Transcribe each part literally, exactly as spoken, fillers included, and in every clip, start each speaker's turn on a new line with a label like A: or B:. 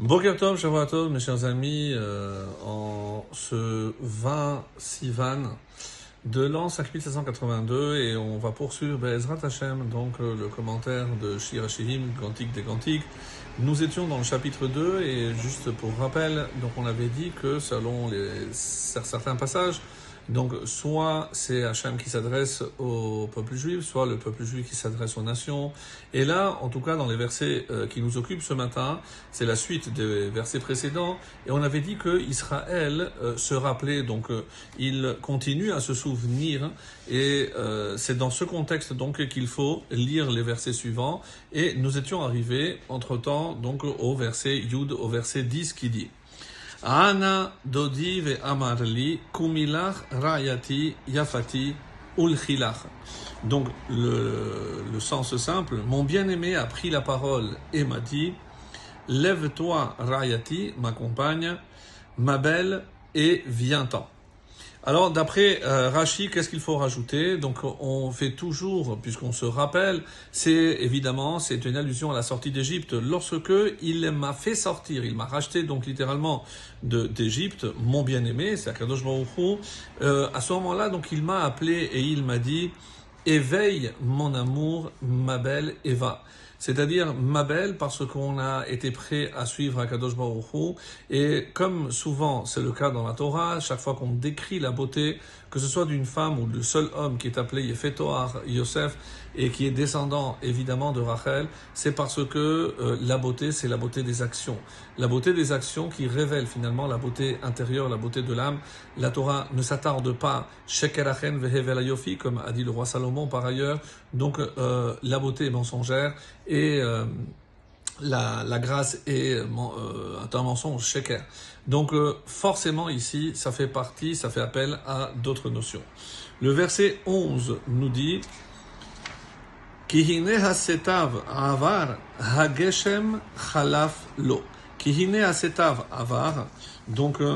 A: Boker Tov, Shavua Tov, mes chers amis, euh, en ce vingt Sivan de l'an cinq mille sept cent quatre-vingt-deux, et on va poursuivre Be'ezrat Hashem, donc euh, le commentaire de Shir HaShirim, Cantique des Cantiques. Nous étions dans le chapitre deux, et juste pour rappel, donc on avait dit que selon les, certains passages, donc soit c'est Hachem qui s'adresse au peuple juif, soit le peuple juif qui s'adresse aux nations. Et là, en tout cas, dans les versets euh, qui nous occupent ce matin, c'est la suite des versets précédents. Et on avait dit que Israël euh, se rappelait, donc euh, il continue à se souvenir. Et euh, c'est dans ce contexte donc qu'il faut lire les versets suivants. Et nous étions arrivés entre-temps donc au verset Yud, au verset dix qui dit: Ana dodi ve amarli kumilach rayati yafati ulchilach. Donc le, le sens simple, mon bien-aimé a pris la parole et m'a dit: lève-toi rayati, ma compagne, ma belle, et viens-t'en. Alors, d'après euh, Rashi, qu'est-ce qu'il faut rajouter? Donc, on fait toujours, puisqu'on se rappelle, c'est évidemment, c'est une allusion à la sortie d'Égypte. Lorsque il m'a fait sortir, il m'a racheté donc littéralement de, d'Égypte, mon bien-aimé, c'est Akadosh Baruch Hu, euh, à ce moment-là, donc il m'a appelé et il m'a dit: éveille mon amour, ma belle Eva. C'est-à-dire ma belle, parce qu'on a été prêt à suivre Akadosh Baruch Hu. Et comme souvent c'est le cas dans la Torah, chaque fois qu'on décrit la beauté, que ce soit d'une femme ou du seul homme qui est appelé Yefetoar Yosef et qui est descendant évidemment de Rachel, c'est parce que euh, la beauté, c'est la beauté des actions. La beauté des actions qui révèle finalement la beauté intérieure, la beauté de l'âme. La Torah ne s'attarde pas, Shekerachen vehevel yofi, comme a dit le roi Salomon par ailleurs. Donc euh, la beauté est mensongère et euh, la, la grâce est euh, un mensonge sheker. Donc euh, forcément ici, ça fait partie, ça fait appel à d'autres notions. Le verset onze nous dit: Kihine hasetav avar hageshem chalaf lo. Kihine hasetav avar. Donc euh,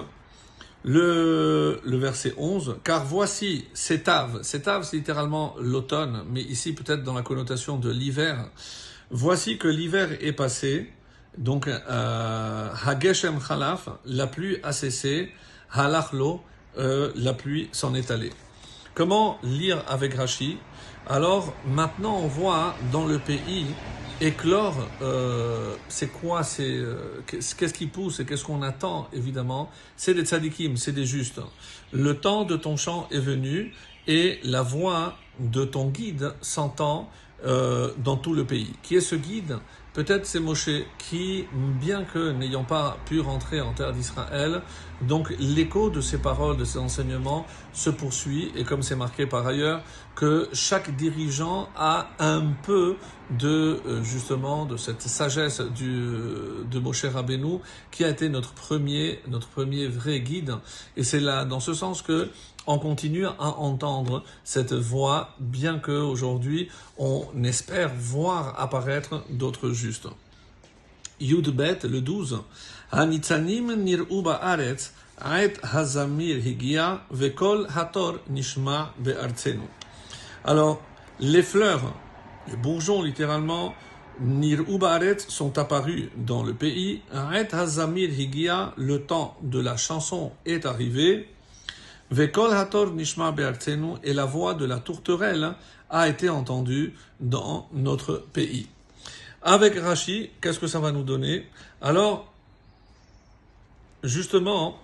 A: le, le verset onze, car voici Setav. Setav, c'est littéralement l'automne, mais ici peut-être dans la connotation de l'hiver. Voici que l'hiver est passé, donc euh, Hageshem Chalaf, la pluie a cessé, Halachlo, euh, la pluie s'en est allée. Comment lire avec Rashi? Alors maintenant on voit dans le pays éclore, euh, c'est quoi, c'est euh, qu'est-ce qui pousse et qu'est-ce qu'on attend évidemment? C'est des tzadikim, c'est des justes. Le temps de ton chant est venu et la voix de ton guide s'entend Euh, dans tout le pays. Qui est ce guide? Peut-être c'est Moshe qui, bien que n'ayant pas pu rentrer en terre d'Israël, donc l'écho de ses paroles, de ses enseignements se poursuit, et comme c'est marqué par ailleurs, que chaque dirigeant a un peu de, euh, justement, de cette sagesse du, de Moshe Rabbeinu, qui a été notre premier, notre premier vrai guide. Et c'est là, dans ce sens que on continue à entendre cette voix, bien que aujourd'hui on espère voir apparaître d'autres justes. Yud Bet, le douze. Hanitzanim nir'u ba'aretz, ait hazamir higia, vekol hator nishma be'artzenu. Alors, les fleurs, les bourgeons littéralement, nir'u ba'aretz, sont apparus dans le pays. Ait hazamir higia, le temps de la chanson est arrivé. Vekol hator nishma be'artzenu, et la voix de la tourterelle a été entendue dans notre pays. Avec Rashi, qu'est-ce que ça va nous donner? Alors, justement,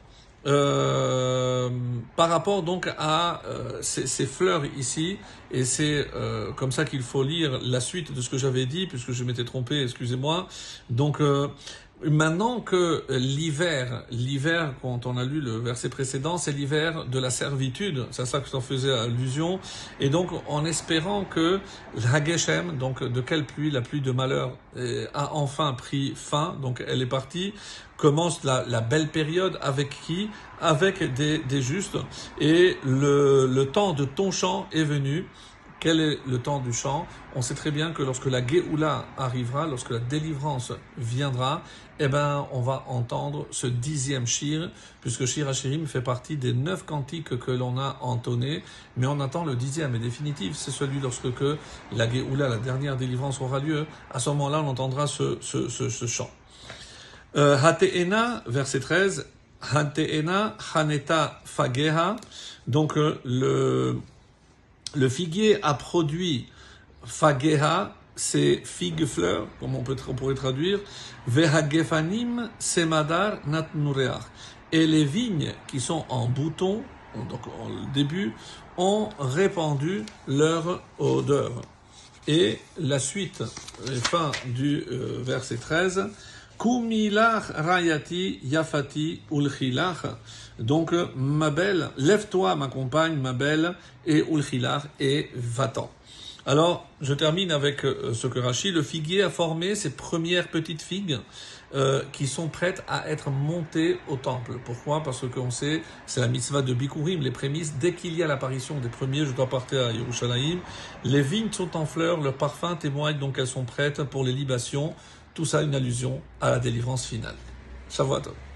A: euh, par rapport donc à euh, ces, ces fleurs ici, et c'est euh, comme ça qu'il faut lire la suite de ce que j'avais dit, puisque je m'étais trompé, excusez-moi. Donc, euh, maintenant que l'hiver, l'hiver, quand on a lu le verset précédent, c'est l'hiver de la servitude, c'est à ça que j'en faisais allusion, et donc en espérant que la Geshem, donc de quelle pluie, la pluie de malheur, a enfin pris fin, donc elle est partie, commence la, la belle période, avec qui? Avec des, des justes, et le, le temps de ton chant est venu. Quel est le temps du chant? On sait très bien que lorsque la Géoula arrivera, lorsque la délivrance viendra, eh ben, on va entendre ce dixième shir, puisque Shir HaShirim fait partie des neuf cantiques que l'on a entonnés, mais on attend le dixième et définitif, c'est celui lorsque que la Géoula, la dernière délivrance aura lieu. À ce moment-là, on entendra ce, ce, ce, ce chant. Euh, Hate'ena, verset treize, Hate'ena, Haneta, Fageha. Donc euh, le, le figuier a produit Fageha, c'est figue fleur, comme on, peut, on pourrait traduire. Vehagefanim, Semadar, Natnureach. Et les vignes qui sont en bouton, donc au début, ont répandu leur odeur. Et la suite, fin du euh, verset treize, Kumilach rayati yafati ulchilach. Donc, ma belle, lève-toi, ma compagne, ma belle, et ulchilach, et va-t'en. Alors, je termine avec euh, ce que Rashi, le figuier a formé ses premières petites figues euh, qui sont prêtes à être montées au temple. Pourquoi? Parce qu'on sait, c'est la mitzvah de Bikurim, les prémices. Dès qu'il y a l'apparition des premiers, je dois partir à Yerushalayim, les vignes sont en fleurs, leur parfum témoigne donc qu'elles sont prêtes pour les libations. Tout ça une allusion à la délivrance finale. Shavuot Tov.